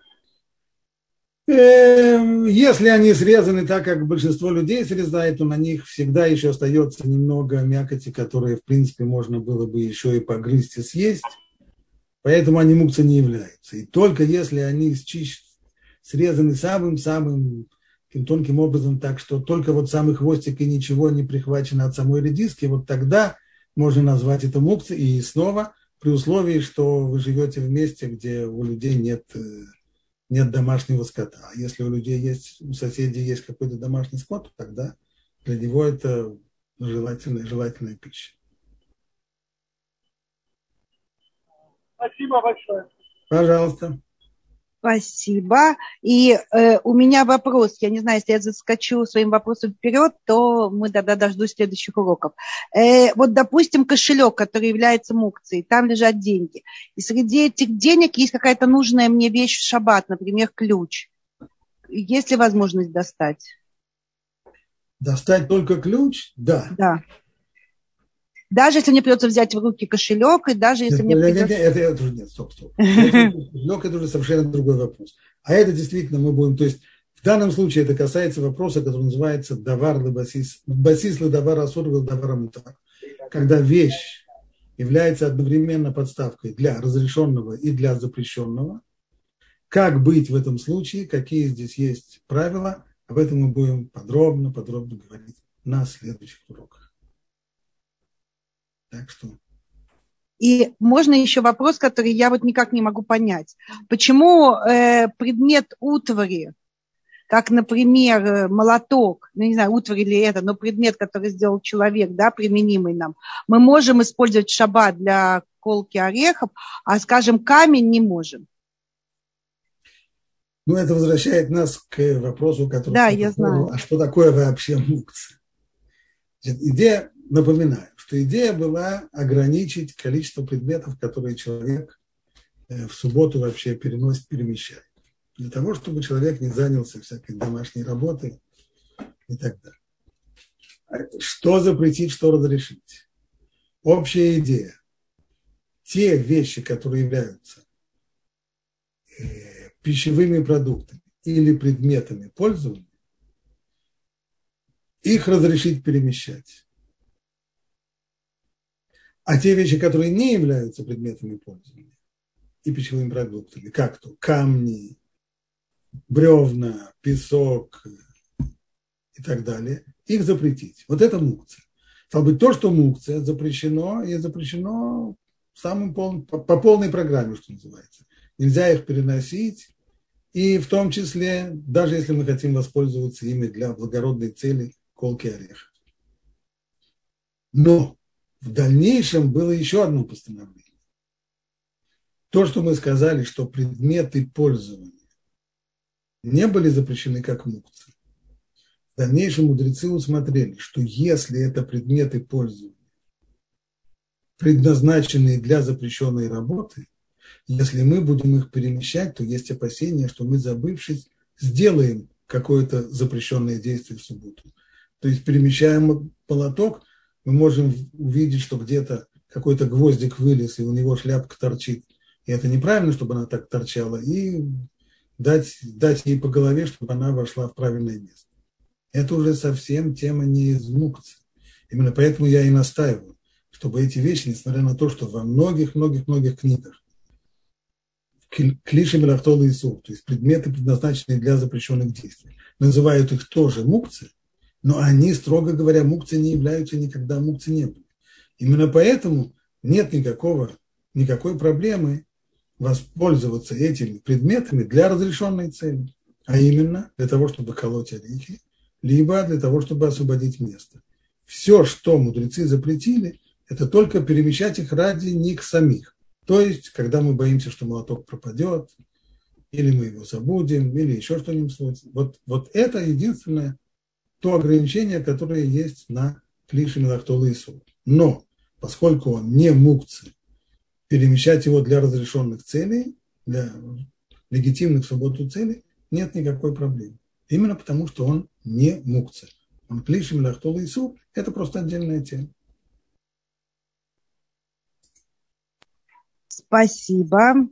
Если они срезаны так, как большинство людей срезает, то на них всегда еще остается немного мякоти, которые, в принципе, можно было бы еще и погрызть и съесть. Поэтому они мукцией не являются. И только если они срезаны самым-самым таким тонким образом, так что только вот самый хвостик и ничего не прихвачено от самой редиски, вот тогда можно назвать это мукцией. И снова при условии, что вы живете в месте, где у людей нет, нет домашнего скота. А если у людей есть, у соседей есть какой-то домашний скот, то тогда для него это желательная, желательная пища. Спасибо большое. Пожалуйста. Спасибо. И э, у меня вопрос. Я не знаю, если я заскочу своим вопросом вперед, то мы тогда дождусь следующих уроков. Э, вот, допустим, кошелек, который является мукцией, там лежат деньги. И среди этих денег есть какая-то нужная мне вещь в шаббат, например, ключ. Есть ли возможность достать? Достать только ключ? Да. Да. Даже если мне придется взять в руки кошелек, и даже если нет, мне нет, придется... нет, это, это уже нет, стоп, стоп. Кошелек – это уже совершенно другой вопрос. А это действительно мы будем... То есть в данном случае это касается вопроса, который называется давар лебасис, басис ледавар асур ледавар мутар. Когда вещь является одновременно подставкой для разрешенного и для запрещенного. Как быть в этом случае, какие здесь есть правила, об этом мы будем подробно, подробно говорить на следующих уроках. Так что... И можно еще вопрос, который я вот никак не могу понять. Почему э, предмет утвари, как, например, молоток, ну, не знаю, утварь или это, но предмет, который сделал человек, да, применимый нам, мы можем использовать в шаббат для колки орехов, а, скажем, камень не можем? Ну, это возвращает нас к вопросу, который... Да, я знаю. А что такое вообще мукция? Идея, напоминаю, что идея была ограничить количество предметов, которые человек в субботу вообще переносит, перемещает. Для того, чтобы человек не занялся всякой домашней работой и так далее. Что запретить, что разрешить? Общая идея. Те вещи, которые являются пищевыми продуктами или предметами пользования, их разрешить перемещать. А те вещи, которые не являются предметами пользования и пищевыми продуктами, как то камни, бревна, песок и так далее, их запретить. Вот это мукция. Стало быть, то, что мукция, запрещено, и запрещено самым пол, по, по полной программе, что называется. Нельзя их переносить, и в том числе, даже если мы хотим воспользоваться ими для благородной цели колки орехов. Но в дальнейшем было еще одно постановление. То, что мы сказали, что предметы пользования не были запрещены как мукция. В дальнейшем мудрецы усмотрели, что если это предметы пользования, предназначенные для запрещенной работы, если мы будем их перемещать, то есть опасения, что мы, забывшись, сделаем какое-то запрещенное действие в субботу. То есть перемещаем молоток, мы можем увидеть, что где-то какой-то гвоздик вылез, и у него шляпка торчит. И это неправильно, чтобы она так торчала, и дать, дать ей по голове, чтобы она вошла в правильное место. Это уже совсем тема не из мукции. Именно поэтому я и настаиваю, чтобы эти вещи, несмотря на то, что во многих-многих-многих книгах клиши мелахтол и исур, то есть предметы, предназначенные для запрещенных действий, называют их тоже мукцией, но они, строго говоря, мукцией не являются, никогда мукцией не были. Именно поэтому нет никакого, никакой проблемы воспользоваться этими предметами для разрешенной цели, а именно для того, чтобы колоть орехи, либо для того, чтобы освободить место. Все, что мудрецы запретили, это только перемещать их ради них самих. То есть, когда мы боимся, что молоток пропадет, или мы его забудем, или еще что-нибудь. Вот, вот это единственное то ограничение, которое есть на клиши мелахтол и исур. Но, поскольку он не мукция, перемещать его для разрешенных целей, для легитимных в субботу целей, нет никакой проблемы. Именно потому, что он не мукция. Он клиши мелахтол и исур, это просто отдельная тема. Спасибо.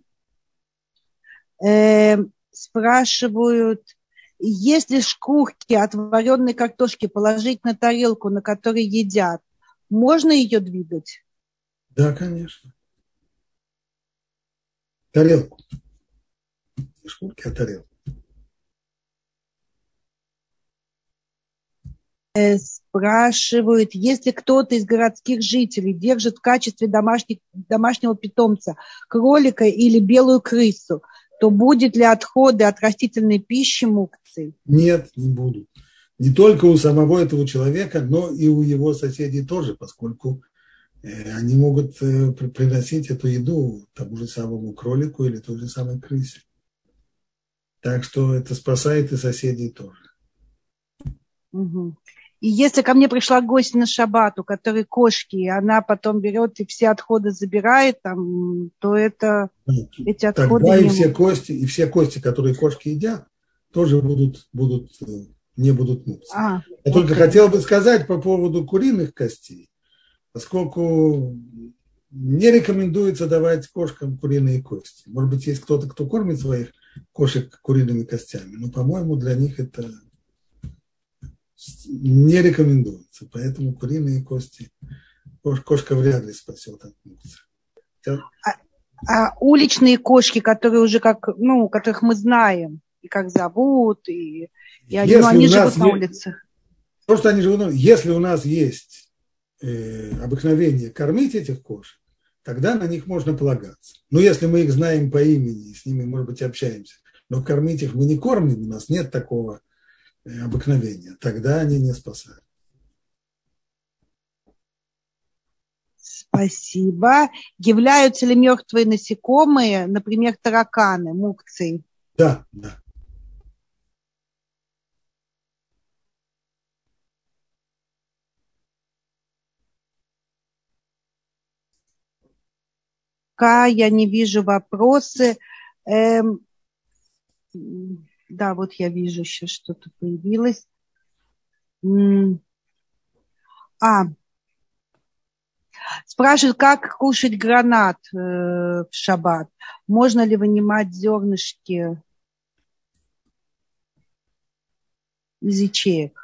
Э, спрашивают, если шкурки от вареной картошки положить на тарелку, на которой едят, можно ее двигать? Да, конечно. Тарелку. Не шкурки, а тарелку. Спрашивают, если кто-то из городских жителей держит в качестве домашних, домашнего питомца кролика или белую крысу, то будет ли отходы от растительной пищи мукцией? Нет, не будут. Не только у самого этого человека, но и у его соседей тоже, поскольку они могут приносить эту еду тому же самому кролику или той же самой крысе. Так что это спасает и соседей тоже. Угу. И если ко мне пришла гость на шаббат, у которой кошки, и она потом берет и все отходы забирает, там, то это эти отходы... Тогда не и все могут. кости, и все кости, которые кошки едят, тоже будут, будут, не будут мукцией. А, Я вот только это. хотел бы сказать по поводу куриных костей, поскольку не рекомендуется давать кошкам куриные кости. Может быть, есть кто-то, кто кормит своих кошек куриными костями, но, по-моему, для них это не рекомендуется. Поэтому куриные кости кошка вряд ли спасет от мукции. А, а уличные кошки, которые уже как, ну, которых мы знаем, и как зовут, и, и они, ну, они живут на улице. То, что они живут на улице. Если у нас есть э, обыкновение кормить этих кошек, тогда на них можно полагаться. Но если мы их знаем по имени, и с ними, может быть, общаемся, но кормить их мы не кормим, у нас нет такого э, обыкновения, тогда они не спасают. Спасибо. Являются ли мертвые насекомые, например, тараканы, мукцией? Да, да. Пока я не вижу вопросы. Эм, да, вот я вижу, сейчас что-то появилось. А, спрашивают, как кушать гранат э, в шаббат? Можно ли вынимать зернышки из ячеек?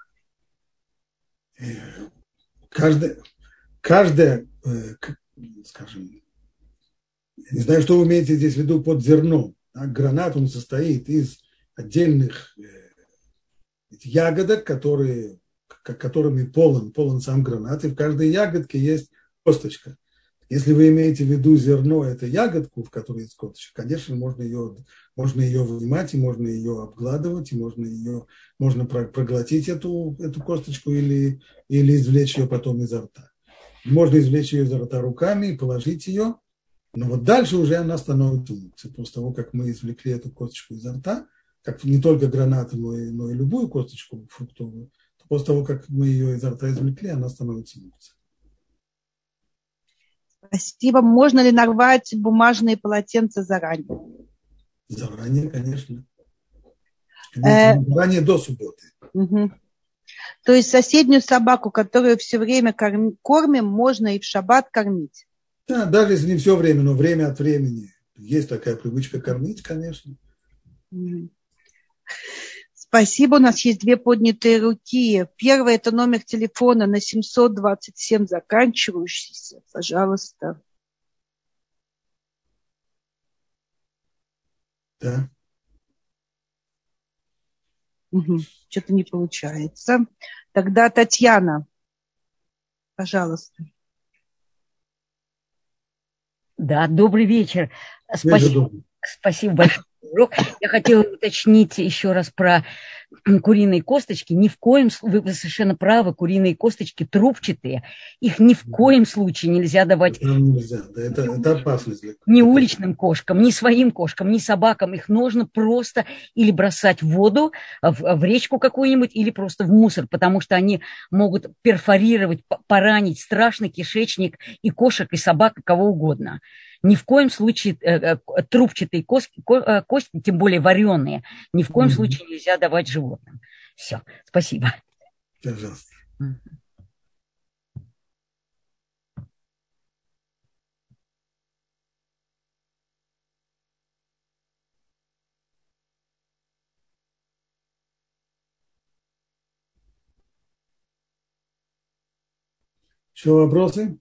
Каждая, каждая, скажем, я не знаю, что вы имеете здесь в виду под зерном. Гранат, он состоит из отдельных ягодок, которые, которыми полон, полон сам гранат, и в каждой ягодке есть косточка. Если вы имеете в виду зерно, это ягодку, в которой есть косточка, конечно, можно ее, можно ее вынимать, и можно ее обгладывать, и можно, ее, можно проглотить эту, эту косточку или, или извлечь ее потом изо рта. Можно извлечь ее изо рта руками и положить ее, но вот дальше уже она становится мукцией. После того, как мы извлекли эту косточку изо рта, как не только гранат, но и, но и любую косточку фруктовую, то после того, как мы ее изо рта извлекли, она становится мукцией. Спасибо. Можно ли нарвать бумажные полотенца заранее? Заранее, конечно. Заранее до субботы. Угу. То есть соседнюю собаку, которую все время кормим, можно и в шаббат кормить? Да, даже если не все время, но время от времени. Есть такая привычка кормить, конечно. Угу. Спасибо. У нас есть две поднятые руки. Первый – это номер телефона на семьсот двадцать семь заканчивающийся. Пожалуйста. Да. Угу. Что-то не получается. Тогда Татьяна. Пожалуйста. Да, добрый вечер. Спасибо, спасибо большое. Я хотела уточнить еще раз про куриные косточки. Ни в коем случае, вы совершенно правы, куриные косточки трубчатые. Их ни в коем случае нельзя давать. Нельзя, да, это, это опасность. Ни уличным кошкам, ни своим кошкам, ни собакам. Их нужно просто или бросать в воду, в, в речку какую-нибудь, или просто в мусор, потому что они могут перфорировать, поранить страшный кишечник и кошек, и собак, и кого угодно. Ни в коем случае э, э, трубчатые кости, ко, э, кости, тем более вареные, ни в коем mm-hmm. случае нельзя давать животным. Все, спасибо. Пожалуйста. Mm-hmm. Еще вопросы?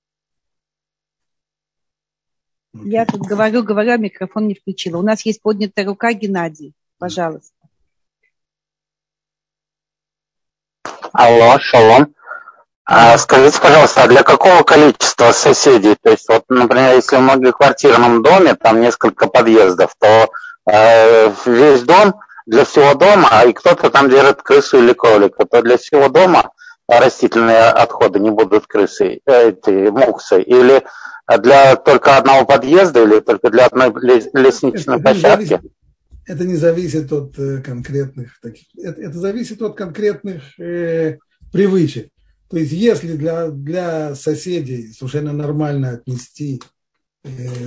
Okay. Я тут говорю, говорю, а микрофон не включила. У нас есть поднятая рука, Геннадий. Пожалуйста. Алло, шалом. А, скажите, пожалуйста, а для какого количества соседей? То есть, вот, например, если в многоквартирном доме, там несколько подъездов, то э, весь дом для всего дома, и кто-то там держит крысу или кролика, то для всего дома растительные отходы не будут крысы, эти муксы, или для только одного подъезда, или только для одной лестничной это, площадки? Это не, зависит, это не зависит от э, конкретных таких, это, это зависит от конкретных э, привычек. То есть, если для, для соседей совершенно нормально отнести, э,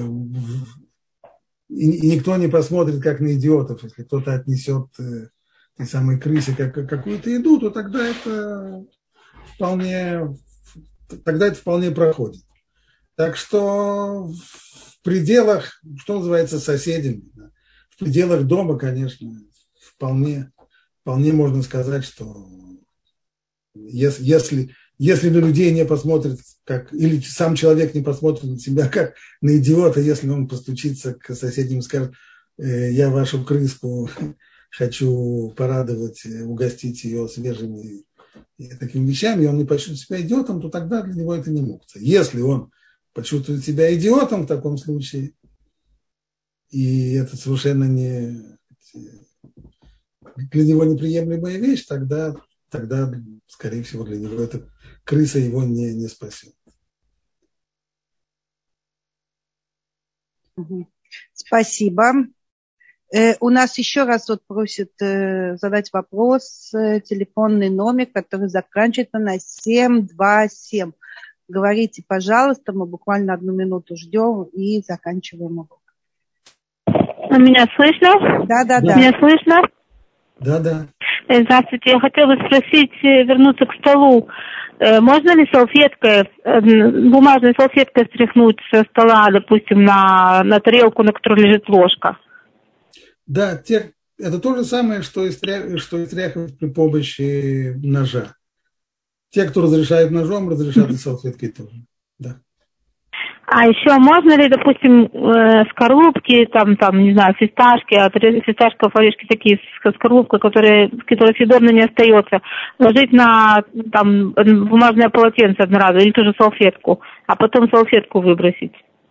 и, и никто не посмотрит, как на идиотов, если кто-то отнесет э, той самой крысе как, какую-то еду, то тогда это вполне, тогда это вполне проходит. Так что в пределах, что называется, соседями, да, в пределах дома, конечно, вполне, вполне можно сказать, что если, если, если на людей не посмотрит, как, или сам человек не посмотрит на себя как на идиота, если он постучится к соседям и скажет: я вашу крыску хочу порадовать, угостить ее свежими и такими вещами, и он не почувствует себя идиотом, то тогда для него это не мукция. Если он почувствует себя идиотом в таком случае, и это совершенно не для него неприемлемая вещь, тогда, тогда скорее всего, для него эта крыса его не, не спасет. Спасибо. Э, у нас еще раз вот просят э, задать вопрос, э, телефонный номер, который заканчивается на семь два семь. Говорите, пожалуйста, мы буквально одну минуту ждем и заканчиваем урок. Меня слышно? Да, да, да. Меня слышно? Да, да. Здравствуйте. Я хотела бы спросить, вернуться к столу. Можно ли салфеткой, бумажной салфеткой стряхнуть со стола, допустим, на, на тарелку, на которой лежит ложка? Да, те, это то же самое, что, истря, что стряхивать при помощи ножа. Те, кто разрешает ножом, разрешают и салфеткой тоже. Да. А еще можно ли, допустим, скорлупки, там, там, не знаю, фисташки, от фисташков орешки такие с скорлупкой, которые, которая съедобно не остается, ложить на там бумажное полотенце одноразовое или ту же салфетку, а потом салфетку выбросить?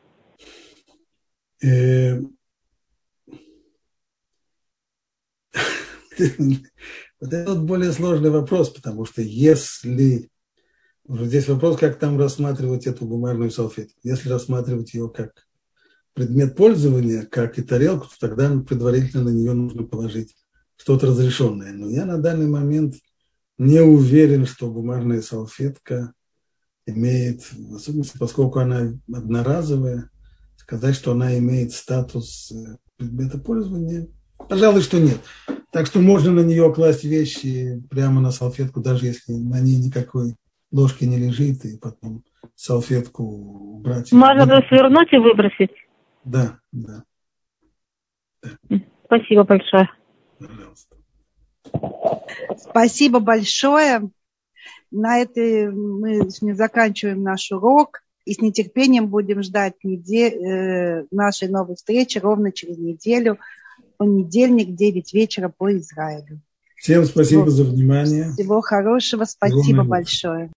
Вот это вот более сложный вопрос, потому что если... Здесь вопрос, как там рассматривать эту бумажную салфетку. Если рассматривать ее как предмет пользования, как и тарелку, то тогда предварительно на нее нужно положить что-то разрешенное. Но я на данный момент не уверен, что бумажная салфетка имеет, в особенности, поскольку она одноразовая, сказать, что она имеет статус предмета пользования, пожалуй, что нет. Так что можно на нее класть вещи прямо на салфетку, даже если на ней никакой ложки не лежит, и потом салфетку убрать. Можно было свернуть и выбросить? Да, да. да. Спасибо большое. Пожалуйста. Спасибо большое. На этой мы заканчиваем наш урок и с нетерпением будем ждать недель, нашей новой встречи ровно через неделю, понедельник, в девять вечера по Израилю. Всем спасибо Всего, за внимание. Всего хорошего. Спасибо большое.